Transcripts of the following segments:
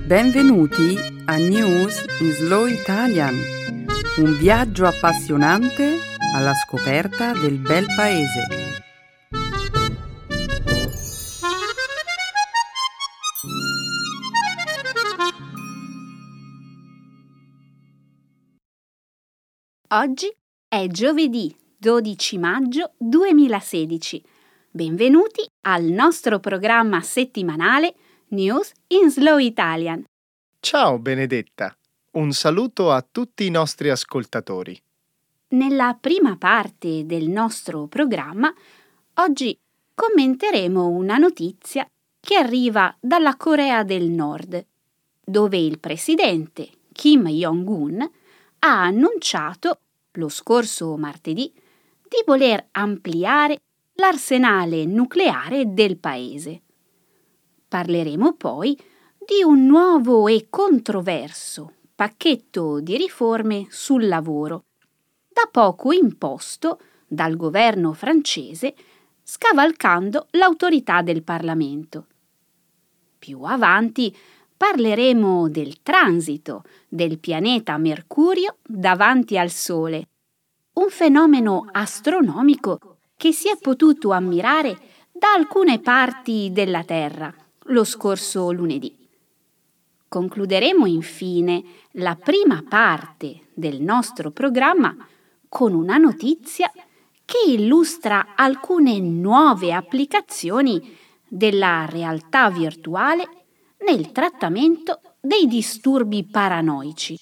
Benvenuti a News in Slow Italian, un viaggio appassionante alla scoperta del bel paese. Oggi è giovedì 12 maggio 2016. Benvenuti al nostro programma settimanale News in Slow Italian. Ciao Benedetta, un saluto a tutti i nostri ascoltatori. Nella prima parte del nostro programma, oggi commenteremo una notizia che arriva dalla Corea del Nord, dove il presidente Kim Jong-un ha annunciato lo scorso martedì di voler ampliare l'arsenale nucleare del paese. Parleremo poi di un nuovo e controverso pacchetto di riforme sul lavoro, da poco imposto dal governo francese, scavalcando l'autorità del Parlamento. Più avanti parleremo del transito del pianeta Mercurio davanti al Sole, un fenomeno astronomico che si è potuto ammirare da alcune parti della Terra lo scorso lunedì. Concluderemo infine la prima parte del nostro programma con una notizia che illustra alcune nuove applicazioni della realtà virtuale nel trattamento dei disturbi paranoici.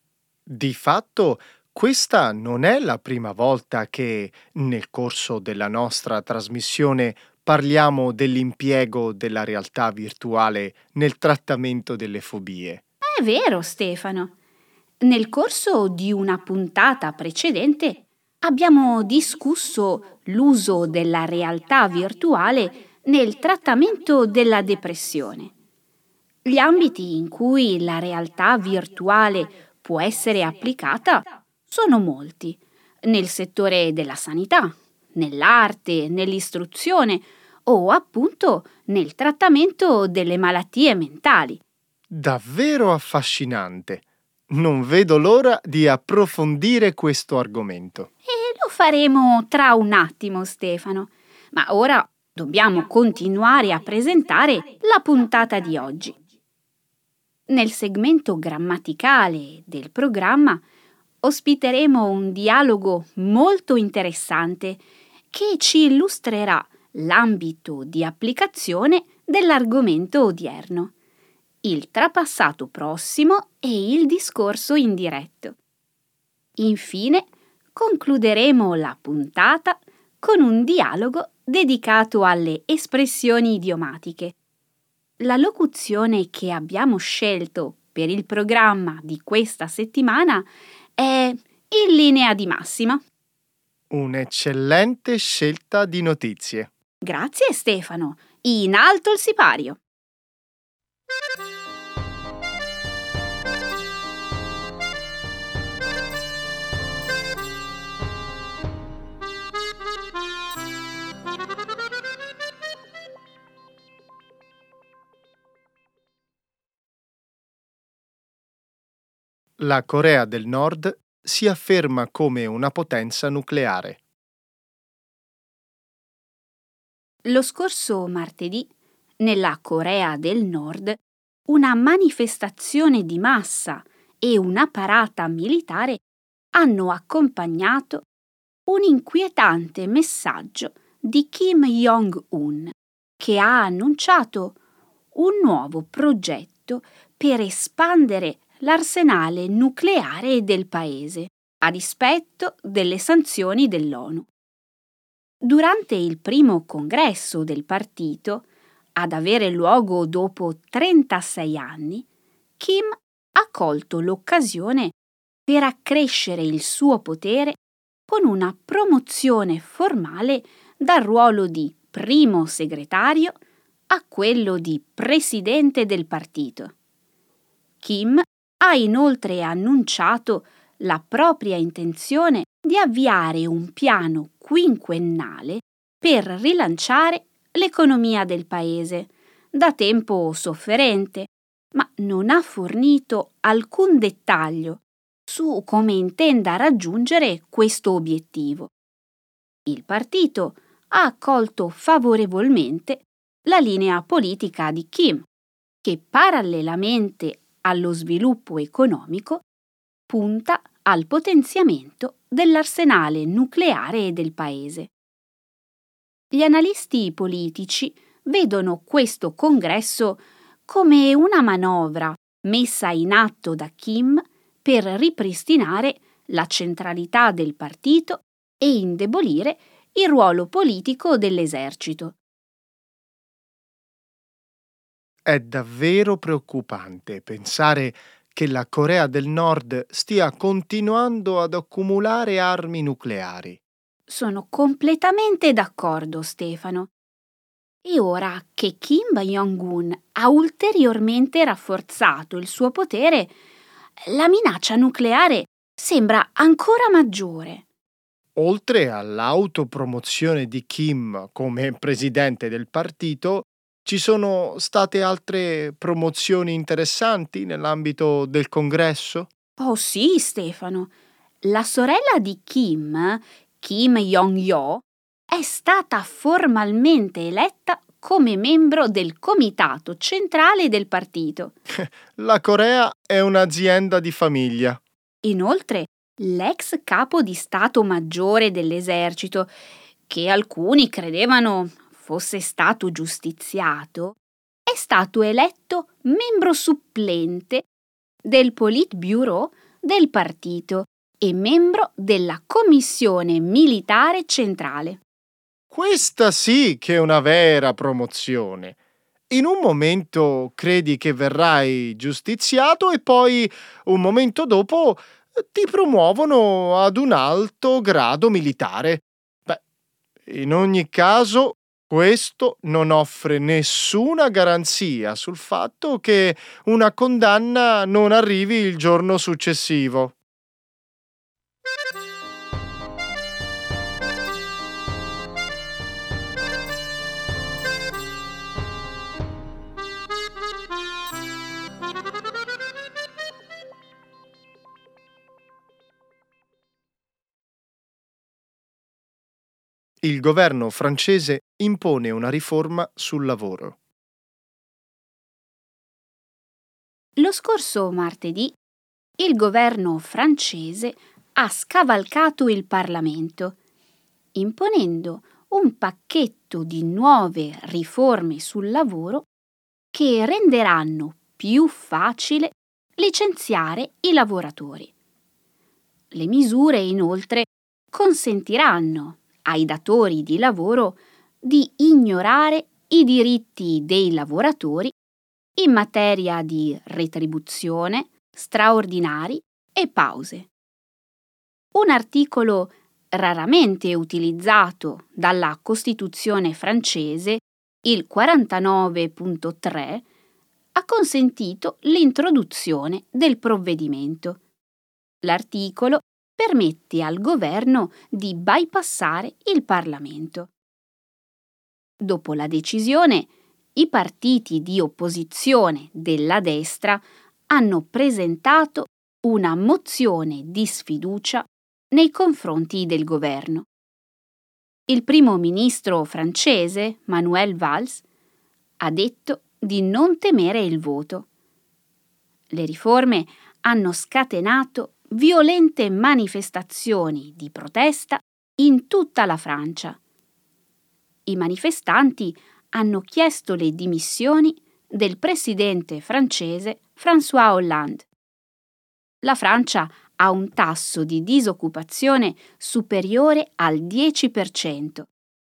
Di fatto, questa non è la prima volta che, nel corso della nostra trasmissione, parliamo dell'impiego della realtà virtuale nel trattamento delle fobie. È vero, Stefano. Nel corso di una puntata precedente abbiamo discusso l'uso della realtà virtuale nel trattamento della depressione. Gli ambiti in cui la realtà virtuale può essere applicata sono molti: nel settore della sanità, nell'arte, nell'istruzione o appunto nel trattamento delle malattie mentali. Davvero affascinante! Non vedo l'ora di approfondire questo argomento. E lo faremo tra un attimo, Stefano. Ma ora dobbiamo continuare a presentare la puntata di oggi. Nel segmento grammaticale del programma ospiteremo un dialogo molto interessante che ci illustrerà l'ambito di applicazione dell'argomento odierno: il trapassato prossimo e il discorso indiretto. Infine, concluderemo la puntata con un dialogo dedicato alle espressioni idiomatiche. La locuzione che abbiamo scelto per il programma di questa settimana è in linea di massima. Un'eccellente scelta di notizie. Grazie Stefano, in alto il sipario. La Corea del Nord si afferma come una potenza nucleare. Lo scorso martedì, nella Corea del Nord, una manifestazione di massa e una parata militare hanno accompagnato un inquietante messaggio di Kim Jong-un, che ha annunciato un nuovo progetto per espandere l'arsenale nucleare del paese, a dispetto delle sanzioni dell'ONU. Durante il primo congresso del partito, ad avere luogo dopo 36 anni, Kim ha colto l'occasione per accrescere il suo potere con una promozione formale dal ruolo di primo segretario a quello di presidente del partito. Kim ha inoltre annunciato la propria intenzione di avviare un piano quinquennale per rilanciare l'economia del paese, da tempo sofferente, ma non ha fornito alcun dettaglio su come intenda raggiungere questo obiettivo. Il partito ha accolto favorevolmente la linea politica di Kim, che parallelamente allo sviluppo economico punta al potenziamento dell'arsenale nucleare del paese. Gli analisti politici vedono questo congresso come una manovra messa in atto da Kim per ripristinare la centralità del partito e indebolire il ruolo politico dell'esercito. È davvero preoccupante pensare che la Corea del Nord stia continuando ad accumulare armi nucleari. Sono completamente d'accordo, Stefano. E ora che Kim Jong-un ha ulteriormente rafforzato il suo potere, la minaccia nucleare sembra ancora maggiore. Oltre all'autopromozione di Kim come presidente del partito, ci sono state altre promozioni interessanti nell'ambito del congresso? Oh sì, Stefano. La sorella di Kim, Kim Jong-yo, è stata formalmente eletta come membro del comitato centrale del partito. La Corea è un'azienda di famiglia. Inoltre, l'ex capo di Stato Maggiore dell'esercito, che alcuni credevano fosse stato giustiziato, è stato eletto membro supplente del Politburo del partito e membro della Commissione Militare Centrale. Questa sì che è una vera promozione. In un momento credi che verrai giustiziato e poi un momento dopo ti promuovono ad un alto grado militare. Beh, in ogni caso, questo non offre nessuna garanzia sul fatto che una condanna non arrivi il giorno successivo. Il governo francese impone una riforma sul lavoro. Lo scorso martedì il governo francese ha scavalcato il Parlamento, imponendo un pacchetto di nuove riforme sul lavoro che renderanno più facile licenziare i lavoratori. Le misure, inoltre, consentiranno ai datori di lavoro di ignorare i diritti dei lavoratori in materia di retribuzione, straordinari e pause. Un articolo raramente utilizzato dalla Costituzione francese, il 49.3, ha consentito l'introduzione del provvedimento. L'articolo permette al governo di bypassare il Parlamento. Dopo la decisione, i partiti di opposizione della destra hanno presentato una mozione di sfiducia nei confronti del governo. Il primo ministro francese, Manuel Valls, ha detto di non temere il voto. Le riforme hanno scatenato violente manifestazioni di protesta in tutta la Francia. I manifestanti hanno chiesto le dimissioni del presidente francese François Hollande. La Francia ha un tasso di disoccupazione superiore al 10%.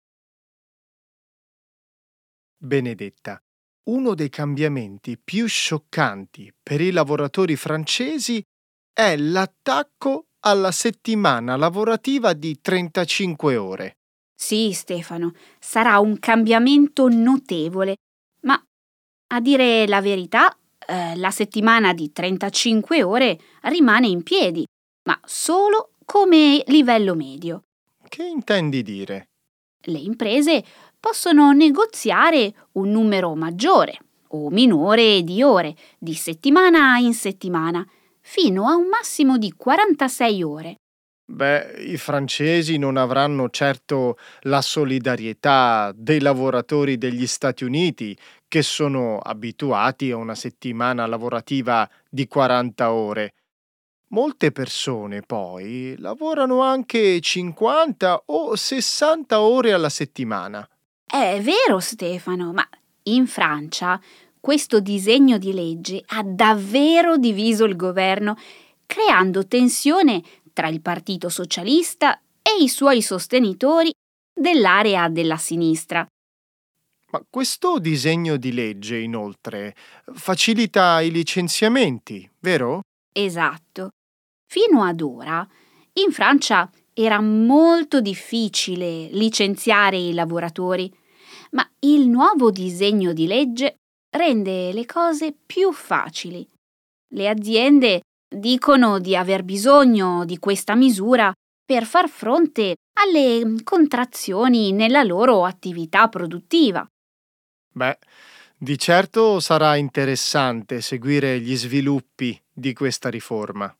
Benedetta, uno dei cambiamenti più scioccanti per i lavoratori francesi è l'attacco alla settimana lavorativa di 35 ore. Sì, Stefano, sarà un cambiamento notevole, ma a dire la verità, la settimana di 35 ore rimane in piedi, ma solo come livello medio. Che intendi dire? Le imprese possono negoziare un numero maggiore o minore di ore, di settimana in settimana, fino a un massimo di 46 ore. Beh, i francesi non avranno certo la solidarietà dei lavoratori degli Stati Uniti, che sono abituati a una settimana lavorativa di 40 ore. Molte persone poi lavorano anche 50 o 60 ore alla settimana. È vero, Stefano, ma in Francia questo disegno di legge ha davvero diviso il governo, creando tensione tra il Partito Socialista e i suoi sostenitori dell'area della sinistra. Ma questo disegno di legge, inoltre, facilita i licenziamenti, vero? Esatto. Fino ad ora, in Francia era molto difficile licenziare i lavoratori, ma il nuovo disegno di legge rende le cose più facili. Le aziende dicono di aver bisogno di questa misura per far fronte alle contrazioni nella loro attività produttiva. Beh, di certo sarà interessante seguire gli sviluppi di questa riforma.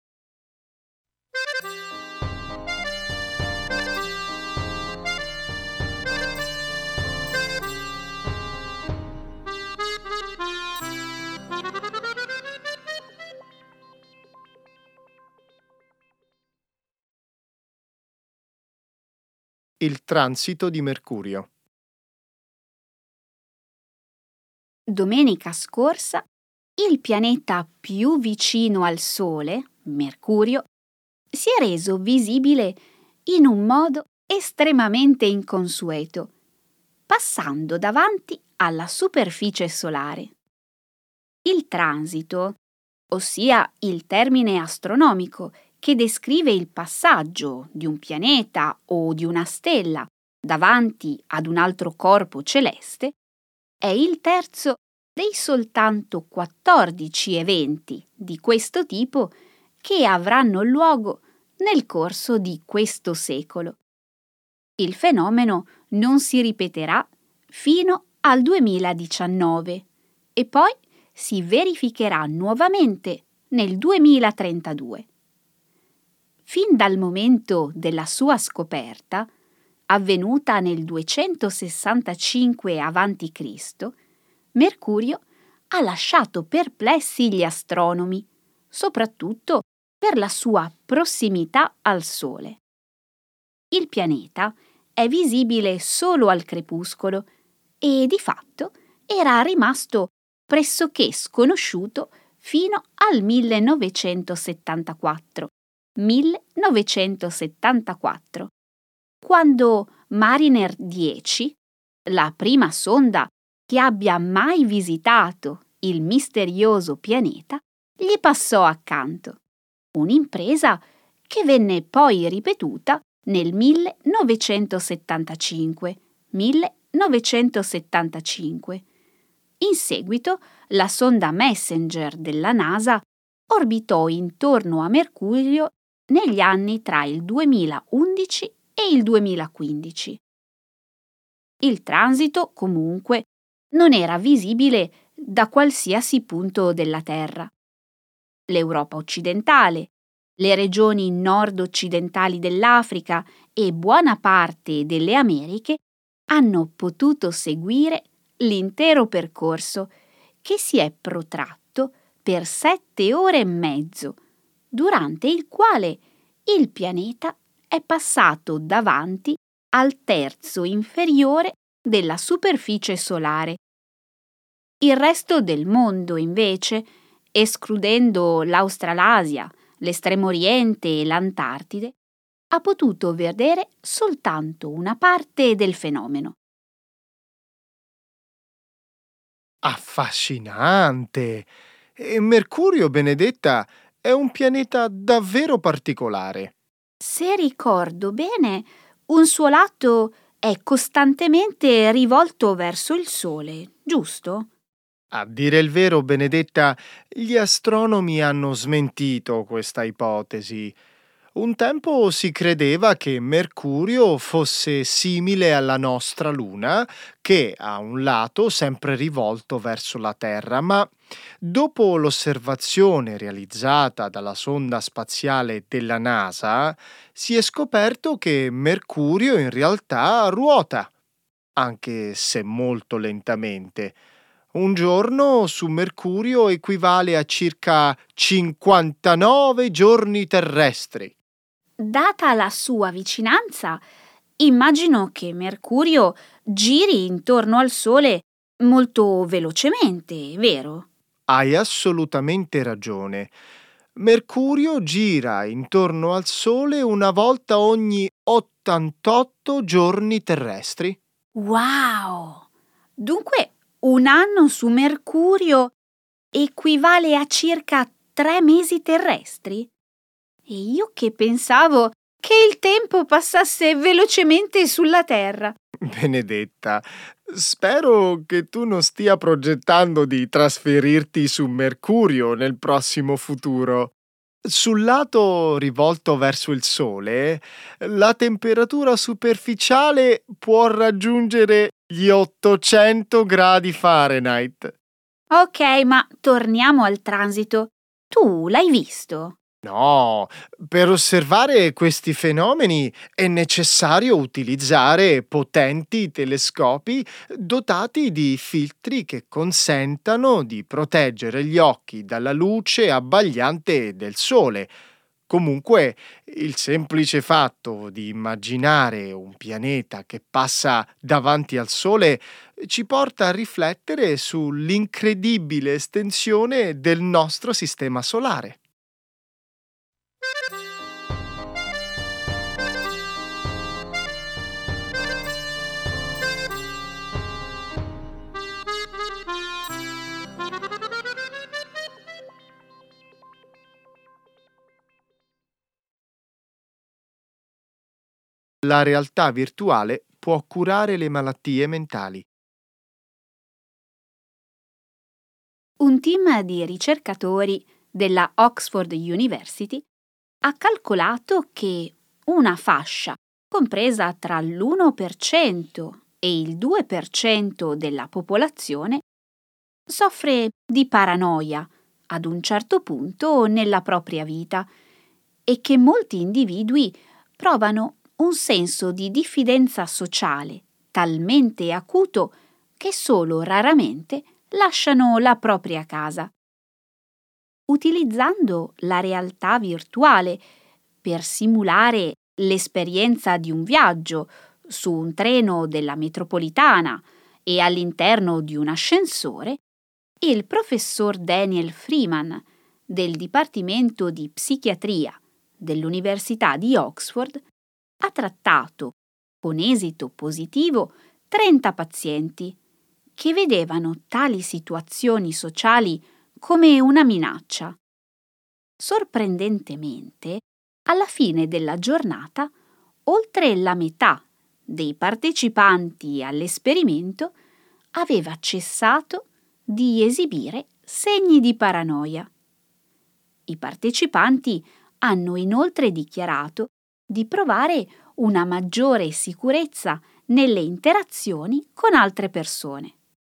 Il transito di Mercurio. Domenica scorsa, il pianeta più vicino al Sole, Mercurio, si è reso visibile in un modo estremamente inconsueto, passando davanti alla superficie solare. Il transito, ossia il termine astronomico che descrive il passaggio di un pianeta o di una stella davanti ad un altro corpo celeste, è il terzo dei soltanto 14 eventi di questo tipo che avranno luogo nel corso di questo secolo. Il fenomeno non si ripeterà fino al 2019 e poi si verificherà nuovamente nel 2032. Fin dal momento della sua scoperta, avvenuta nel 265 a.C., Mercurio ha lasciato perplessi gli astronomi, soprattutto per la sua prossimità al Sole. Il pianeta è visibile solo al crepuscolo e di fatto era rimasto pressoché sconosciuto fino al 1974, quando Mariner 10, la prima sonda che abbia mai visitato il misterioso pianeta, gli passò accanto. Un'impresa che venne poi ripetuta nel 1975. In seguito, la sonda Messenger della NASA orbitò intorno a Mercurio negli anni tra il 2011 e il 2015. Il transito, comunque, non era visibile da qualsiasi punto della Terra. L'Europa occidentale, le regioni nord-occidentali dell'Africa e buona parte delle Americhe hanno potuto seguire l'intero percorso che si è protratto per 7 ore e mezzo, durante il quale il pianeta è passato davanti al terzo inferiore della superficie solare. Il resto del mondo, invece, escludendo l'Australasia, l'Estremo Oriente e l'Antartide, ha potuto vedere soltanto una parte del fenomeno. Affascinante! E Mercurio, Benedetta, è un pianeta davvero particolare. Se ricordo bene, un suo lato è costantemente rivolto verso il Sole, giusto? A dire il vero, Benedetta, gli astronomi hanno smentito questa ipotesi. Un tempo si credeva che Mercurio fosse simile alla nostra Luna, che ha un lato sempre rivolto verso la Terra, ma dopo l'osservazione realizzata dalla sonda spaziale della NASA, si è scoperto che Mercurio in realtà ruota, anche se molto lentamente. Un giorno su Mercurio equivale a circa 59 giorni terrestri. Data la sua vicinanza, immagino che Mercurio giri intorno al Sole molto velocemente, vero? Hai assolutamente ragione. Mercurio gira intorno al Sole una volta ogni 88 giorni terrestri. Wow! Dunque, un anno su Mercurio equivale a circa 3 mesi terrestri? E io che pensavo che il tempo passasse velocemente sulla Terra. Benedetta, spero che tu non stia progettando di trasferirti su Mercurio nel prossimo futuro. Sul lato rivolto verso il Sole, la temperatura superficiale può raggiungere gli 800 gradi Fahrenheit. Ok, ma torniamo al transito. Tu l'hai visto? No, per osservare questi fenomeni è necessario utilizzare potenti telescopi dotati di filtri che consentano di proteggere gli occhi dalla luce abbagliante del Sole. Comunque, il semplice fatto di immaginare un pianeta che passa davanti al Sole ci porta a riflettere sull'incredibile estensione del nostro sistema solare. La realtà virtuale può curare le malattie mentali. Un team di ricercatori della Oxford University ha calcolato che una fascia compresa tra l'1% e il 2% della popolazione soffre di paranoia ad un certo punto nella propria vita e che molti individui provano un senso di diffidenza sociale talmente acuto che solo raramente lasciano la propria casa. Utilizzando la realtà virtuale per simulare l'esperienza di un viaggio su un treno della metropolitana e all'interno di un ascensore, il professor Daniel Freeman del Dipartimento di Psichiatria dell'Università di Oxford ha trattato con esito positivo 30 pazienti che vedevano tali situazioni sociali come una minaccia. Sorprendentemente, alla fine della giornata, oltre la metà dei partecipanti all'esperimento aveva cessato di esibire segni di paranoia. I partecipanti hanno inoltre dichiarato di provare una maggiore sicurezza nelle interazioni con altre persone.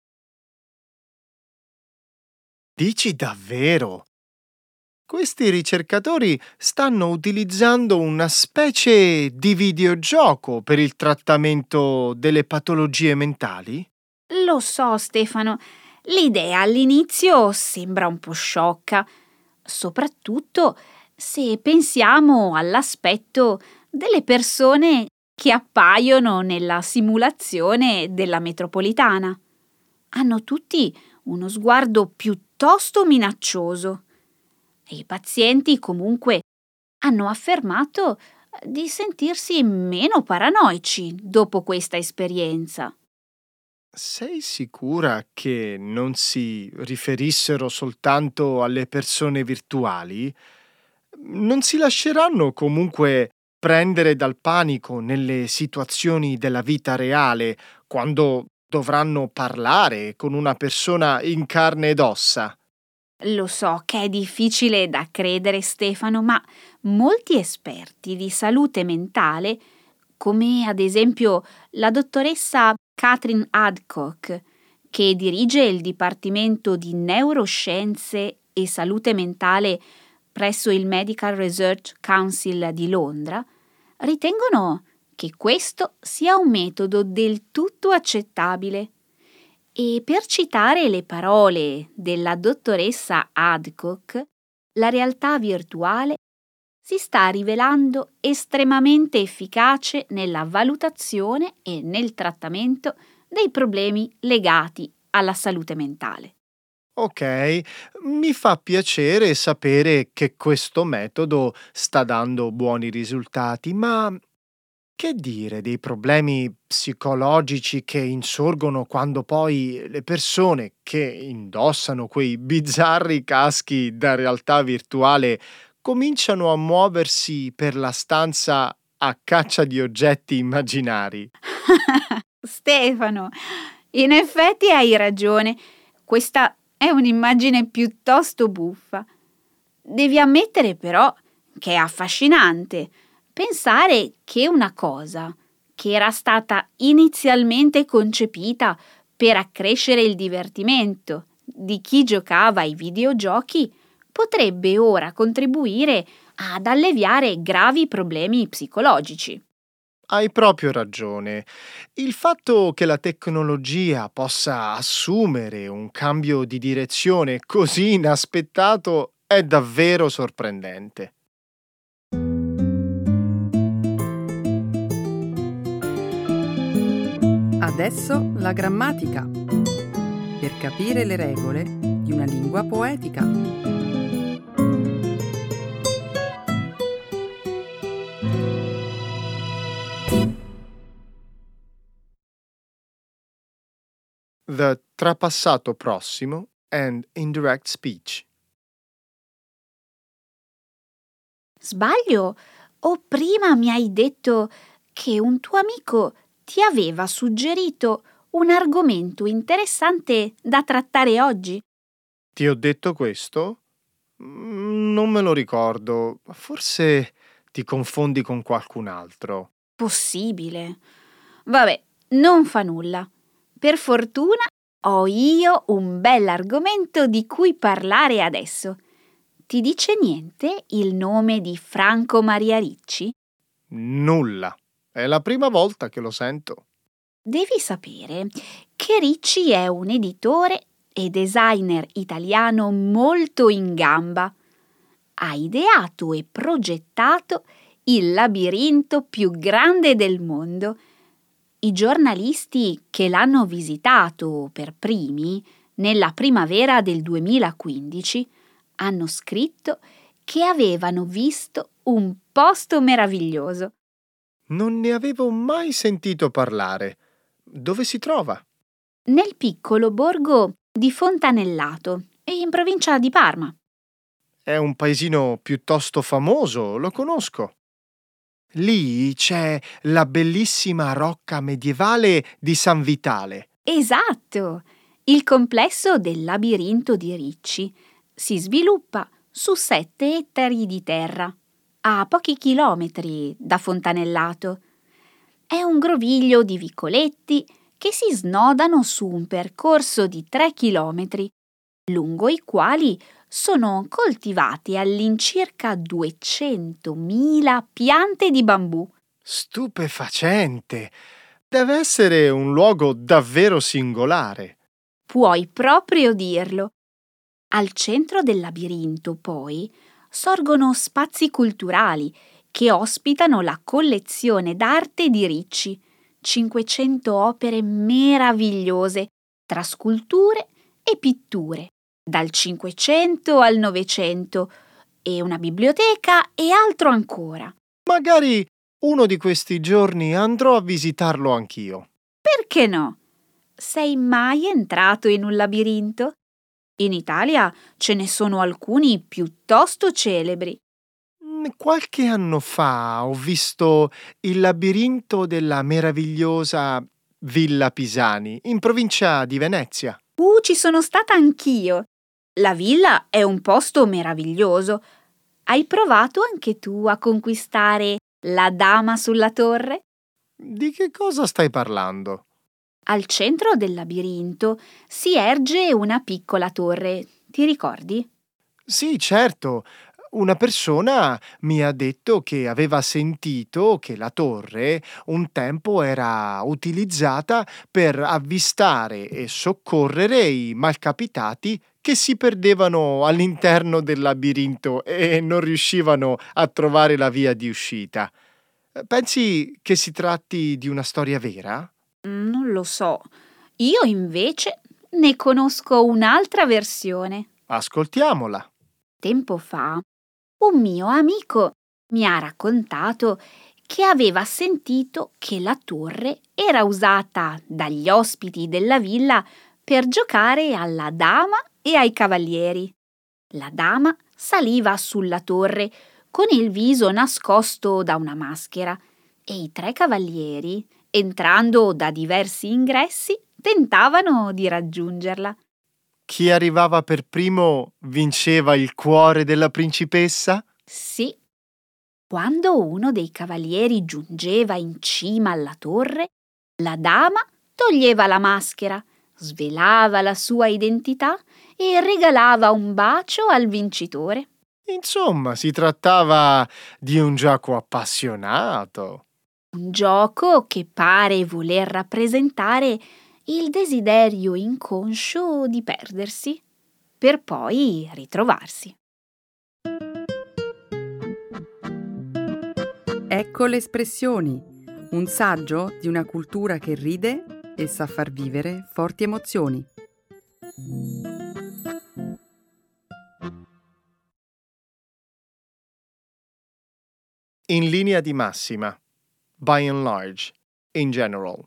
Dici davvero? Questi ricercatori stanno utilizzando una specie di videogioco per il trattamento delle patologie mentali? Lo so, Stefano, l'idea all'inizio sembra un po' sciocca, soprattutto se pensiamo all'aspetto delle persone che appaiono nella simulazione della metropolitana. Hanno tutti uno sguardo piuttosto minaccioso e i pazienti comunque hanno affermato di sentirsi meno paranoici dopo questa esperienza. Sei sicura che non si riferissero soltanto alle persone virtuali? Non si lasceranno comunque prendere dal panico nelle situazioni della vita reale, quando dovranno parlare con una persona in carne ed ossa? Lo so che è difficile da credere, Stefano, ma molti esperti di salute mentale, come ad esempio la dottoressa Catherine Adcock, che dirige il Dipartimento di Neuroscienze e Salute Mentale presso il Medical Research Council di Londra, ritengono che questo sia un metodo del tutto accettabile. E per citare le parole della dottoressa Adcock, la realtà virtuale si sta rivelando estremamente efficace nella valutazione e nel trattamento dei problemi legati alla salute mentale. Ok, mi fa piacere sapere che questo metodo sta dando buoni risultati, ma che dire dei problemi psicologici che insorgono quando poi le persone che indossano quei bizzarri caschi da realtà virtuale cominciano a muoversi per la stanza a caccia di oggetti immaginari? Stefano, in effetti hai ragione. Questa è un'immagine piuttosto buffa. Devi ammettere però che è affascinante pensare che una cosa che era stata inizialmente concepita per accrescere il divertimento di chi giocava ai videogiochi potrebbe ora contribuire ad alleviare gravi problemi psicologici. Hai proprio ragione. Il fatto che la tecnologia possa assumere un cambio di direzione così inaspettato è davvero sorprendente. Adesso la grammatica, per capire le regole di una lingua poetica. The trapassato prossimo and indirect speech. Sbaglio? O prima mi hai detto che un tuo amico ti aveva suggerito un argomento interessante da trattare oggi? Ti ho detto questo? Non me lo ricordo. Forse ti confondi con qualcun altro. Possibile. Vabbè, non fa nulla. Per fortuna ho io un bell'argomento di cui parlare adesso. Ti dice niente il nome di Franco Maria Ricci? Nulla. È la prima volta che lo sento. Devi sapere che Ricci è un editore e designer italiano molto in gamba. Ha ideato e progettato il labirinto più grande del mondo. I giornalisti che l'hanno visitato per primi nella primavera del 2015 hanno scritto che avevano visto un posto meraviglioso. Non ne avevo mai sentito parlare. Dove si trova? Nel piccolo borgo di Fontanellato, in provincia di Parma. È un paesino piuttosto famoso, lo conosco. Lì c'è la bellissima rocca medievale di San Vitale. Esatto! Il complesso del labirinto di Ricci si sviluppa su 7 ettari di terra, a pochi chilometri da Fontanellato. È un groviglio di vicoletti che si snodano su un percorso di 3 chilometri, lungo i quali sono coltivati all'incirca 200.000 piante di bambù. Stupefacente! Deve essere un luogo davvero singolare. Puoi proprio dirlo. Al centro del labirinto, poi, sorgono spazi culturali che ospitano la collezione d'arte di Ricci, 500 opere meravigliose tra sculture e pitture, dal 500 al 900, e una biblioteca e altro ancora. Magari uno di questi giorni andrò a visitarlo anch'io. Perché no? Sei mai entrato in un labirinto? In Italia ce ne sono alcuni piuttosto celebri. Qualche anno fa ho visto il labirinto della meravigliosa Villa Pisani, in provincia di Venezia. Ci sono stata anch'io. La villa è un posto meraviglioso. Hai provato anche tu a conquistare la dama sulla torre? Di che cosa stai parlando? Al centro del labirinto si erge una piccola torre. Ti ricordi? Sì, certo. Una persona mi ha detto che aveva sentito che la torre un tempo era utilizzata per avvistare e soccorrere i malcapitati che si perdevano all'interno del labirinto e non riuscivano a trovare la via di uscita. Pensi che si tratti di una storia vera? Non lo so. Io invece ne conosco un'altra versione. Ascoltiamola. Tempo fa, un mio amico mi ha raccontato che aveva sentito che la torre era usata dagli ospiti della villa per giocare alla dama e ai cavalieri. La dama saliva sulla torre con il viso nascosto da una maschera e i tre cavalieri, entrando da diversi ingressi, tentavano di raggiungerla. Chi arrivava per primo vinceva il cuore della principessa? Sì, quando uno dei cavalieri giungeva in cima alla torre, la dama toglieva la maschera, svelava la sua identità e regalava un bacio al vincitore. Insomma, si trattava di un gioco appassionato. Un gioco che pare voler rappresentare il desiderio inconscio di perdersi, per poi ritrovarsi. Ecco le espressioni, un saggio di una cultura che ride e sa far vivere forti emozioni. In linea di massima. By and large. In general.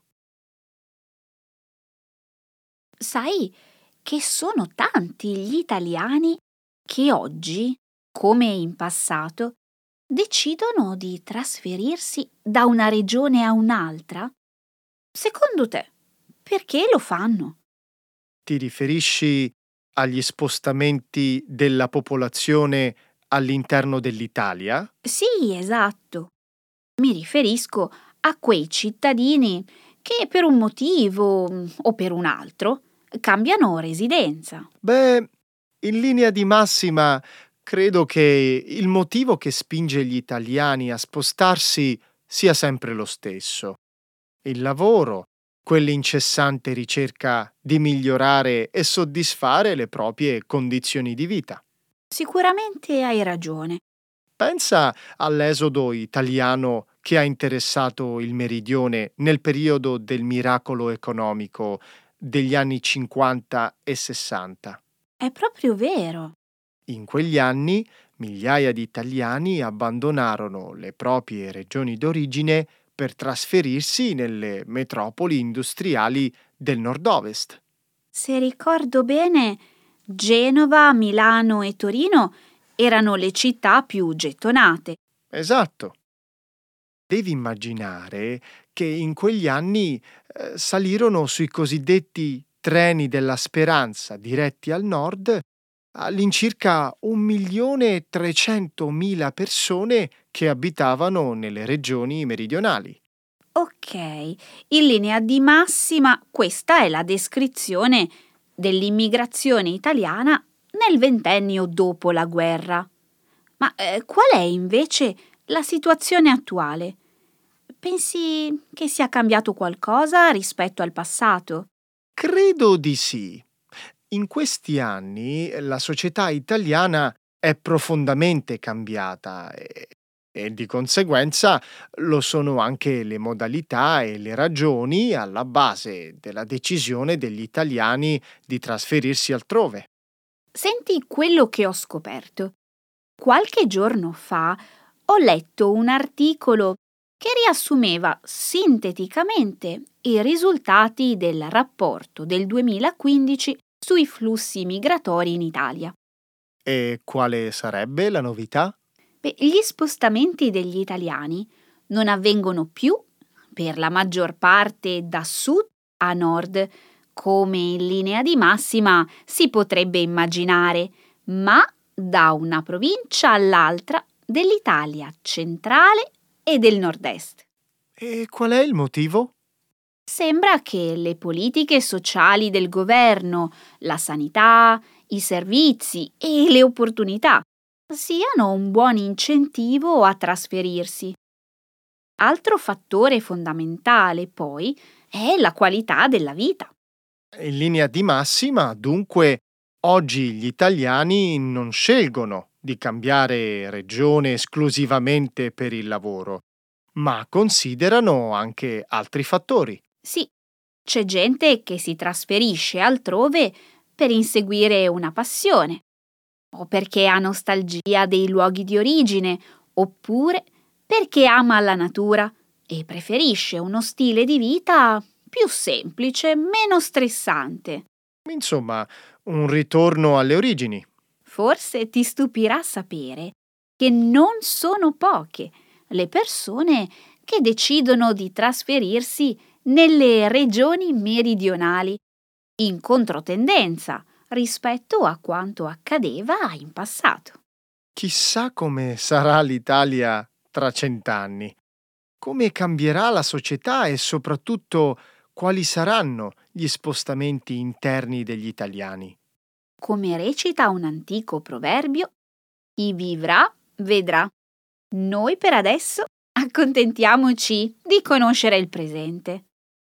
Sai che sono tanti gli italiani che oggi, come in passato, decidono di trasferirsi da una regione a un'altra? Secondo te, perché lo fanno? Ti riferisci agli spostamenti della popolazione all'interno dell'Italia? Sì, esatto. Mi riferisco a quei cittadini che per un motivo o per un altro cambiano residenza. Beh, in linea di massima, credo che il motivo che spinge gli italiani a spostarsi sia sempre lo stesso. Il lavoro, quell'incessante ricerca di migliorare e soddisfare le proprie condizioni di vita. Sicuramente hai ragione. Pensa all'esodo italiano che ha interessato il meridione nel periodo del miracolo economico degli anni 50 e 60. È proprio vero. In quegli anni migliaia di italiani abbandonarono le proprie regioni d'origine per trasferirsi nelle metropoli industriali del nord-ovest. Se ricordo bene, Genova, Milano e Torino erano le città più gettonate. Esatto. Devi immaginare che in quegli anni salirono sui cosiddetti treni della speranza diretti al nord all'incirca 1.300.000 persone che abitavano nelle regioni meridionali. Ok, in linea di massima questa è la descrizione dell'immigrazione italiana nel ventennio dopo la guerra. Ma qual è invece la situazione attuale? Pensi che sia cambiato qualcosa rispetto al passato? Credo di sì. In questi anni la società italiana è profondamente cambiata e di conseguenza lo sono anche le modalità e le ragioni alla base della decisione degli italiani di trasferirsi altrove. Senti quello che ho scoperto. Qualche giorno fa ho letto un articolo che riassumeva sinteticamente i risultati del rapporto del 2015 sui flussi migratori in Italia. E quale sarebbe la novità? Beh, gli spostamenti degli italiani non avvengono più, per la maggior parte da sud a nord, come in linea di massima si potrebbe immaginare, ma da una provincia all'altra dell'Italia centrale e del nord-est. E qual è il motivo? Sembra che le politiche sociali del governo, la sanità, i servizi e le opportunità siano un buon incentivo a trasferirsi. Altro fattore fondamentale, poi, è la qualità della vita. In linea di massima, dunque, oggi gli italiani non scelgono di cambiare regione esclusivamente per il lavoro, ma considerano anche altri fattori. Sì, c'è gente che si trasferisce altrove per inseguire una passione, o perché ha nostalgia dei luoghi di origine, oppure perché ama la natura e preferisce uno stile di vita più semplice, meno stressante. Insomma, un ritorno alle origini. Forse ti stupirà sapere che non sono poche le persone che decidono di trasferirsi nelle regioni meridionali, in controtendenza rispetto a quanto accadeva in passato. Chissà come sarà l'Italia tra 100 anni, come cambierà la società e soprattutto quali saranno gli spostamenti interni degli italiani. Come recita un antico proverbio, chi vivrà vedrà. Noi per adesso accontentiamoci di conoscere il presente.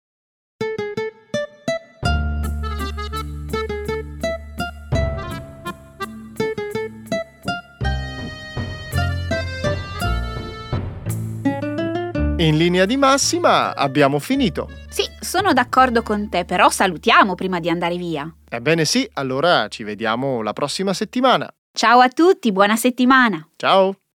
In linea di massima abbiamo finito. Sì, sono d'accordo con te, però salutiamo prima di andare via. Ebbene sì, allora ci vediamo la prossima settimana. Ciao a tutti, buona settimana! Ciao!